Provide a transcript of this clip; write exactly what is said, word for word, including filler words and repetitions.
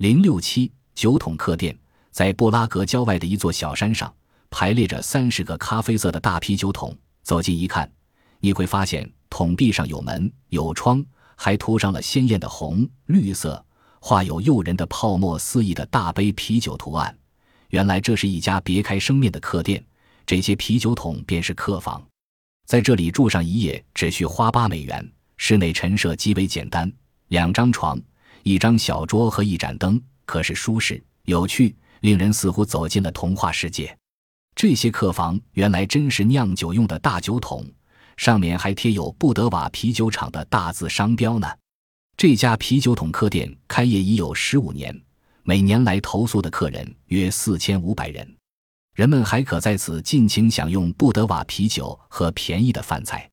零六七酒桶客店在布拉格郊外的一座小山上，排列着三十个咖啡色的大啤酒桶。走近一看，你会发现桶壁上有门有窗，还涂上了鲜艳的红绿色，画有诱人的泡沫四溢的大杯啤酒图案。原来这是一家别开生面的客店，这些啤酒桶便是客房。在这里住上一夜只需花八美元，室内陈设极为简单，两张床，一张小桌和一盏灯，可是舒适有趣，令人似乎走进了童话世界。这些客房原来真是酿酒用的大酒桶，上面还贴有布德瓦啤酒厂的大字商标呢。这家啤酒桶客店开业已有十五年，每年来投宿的客人约四千五百人，人们还可在此尽情享用布德瓦啤酒和便宜的饭菜。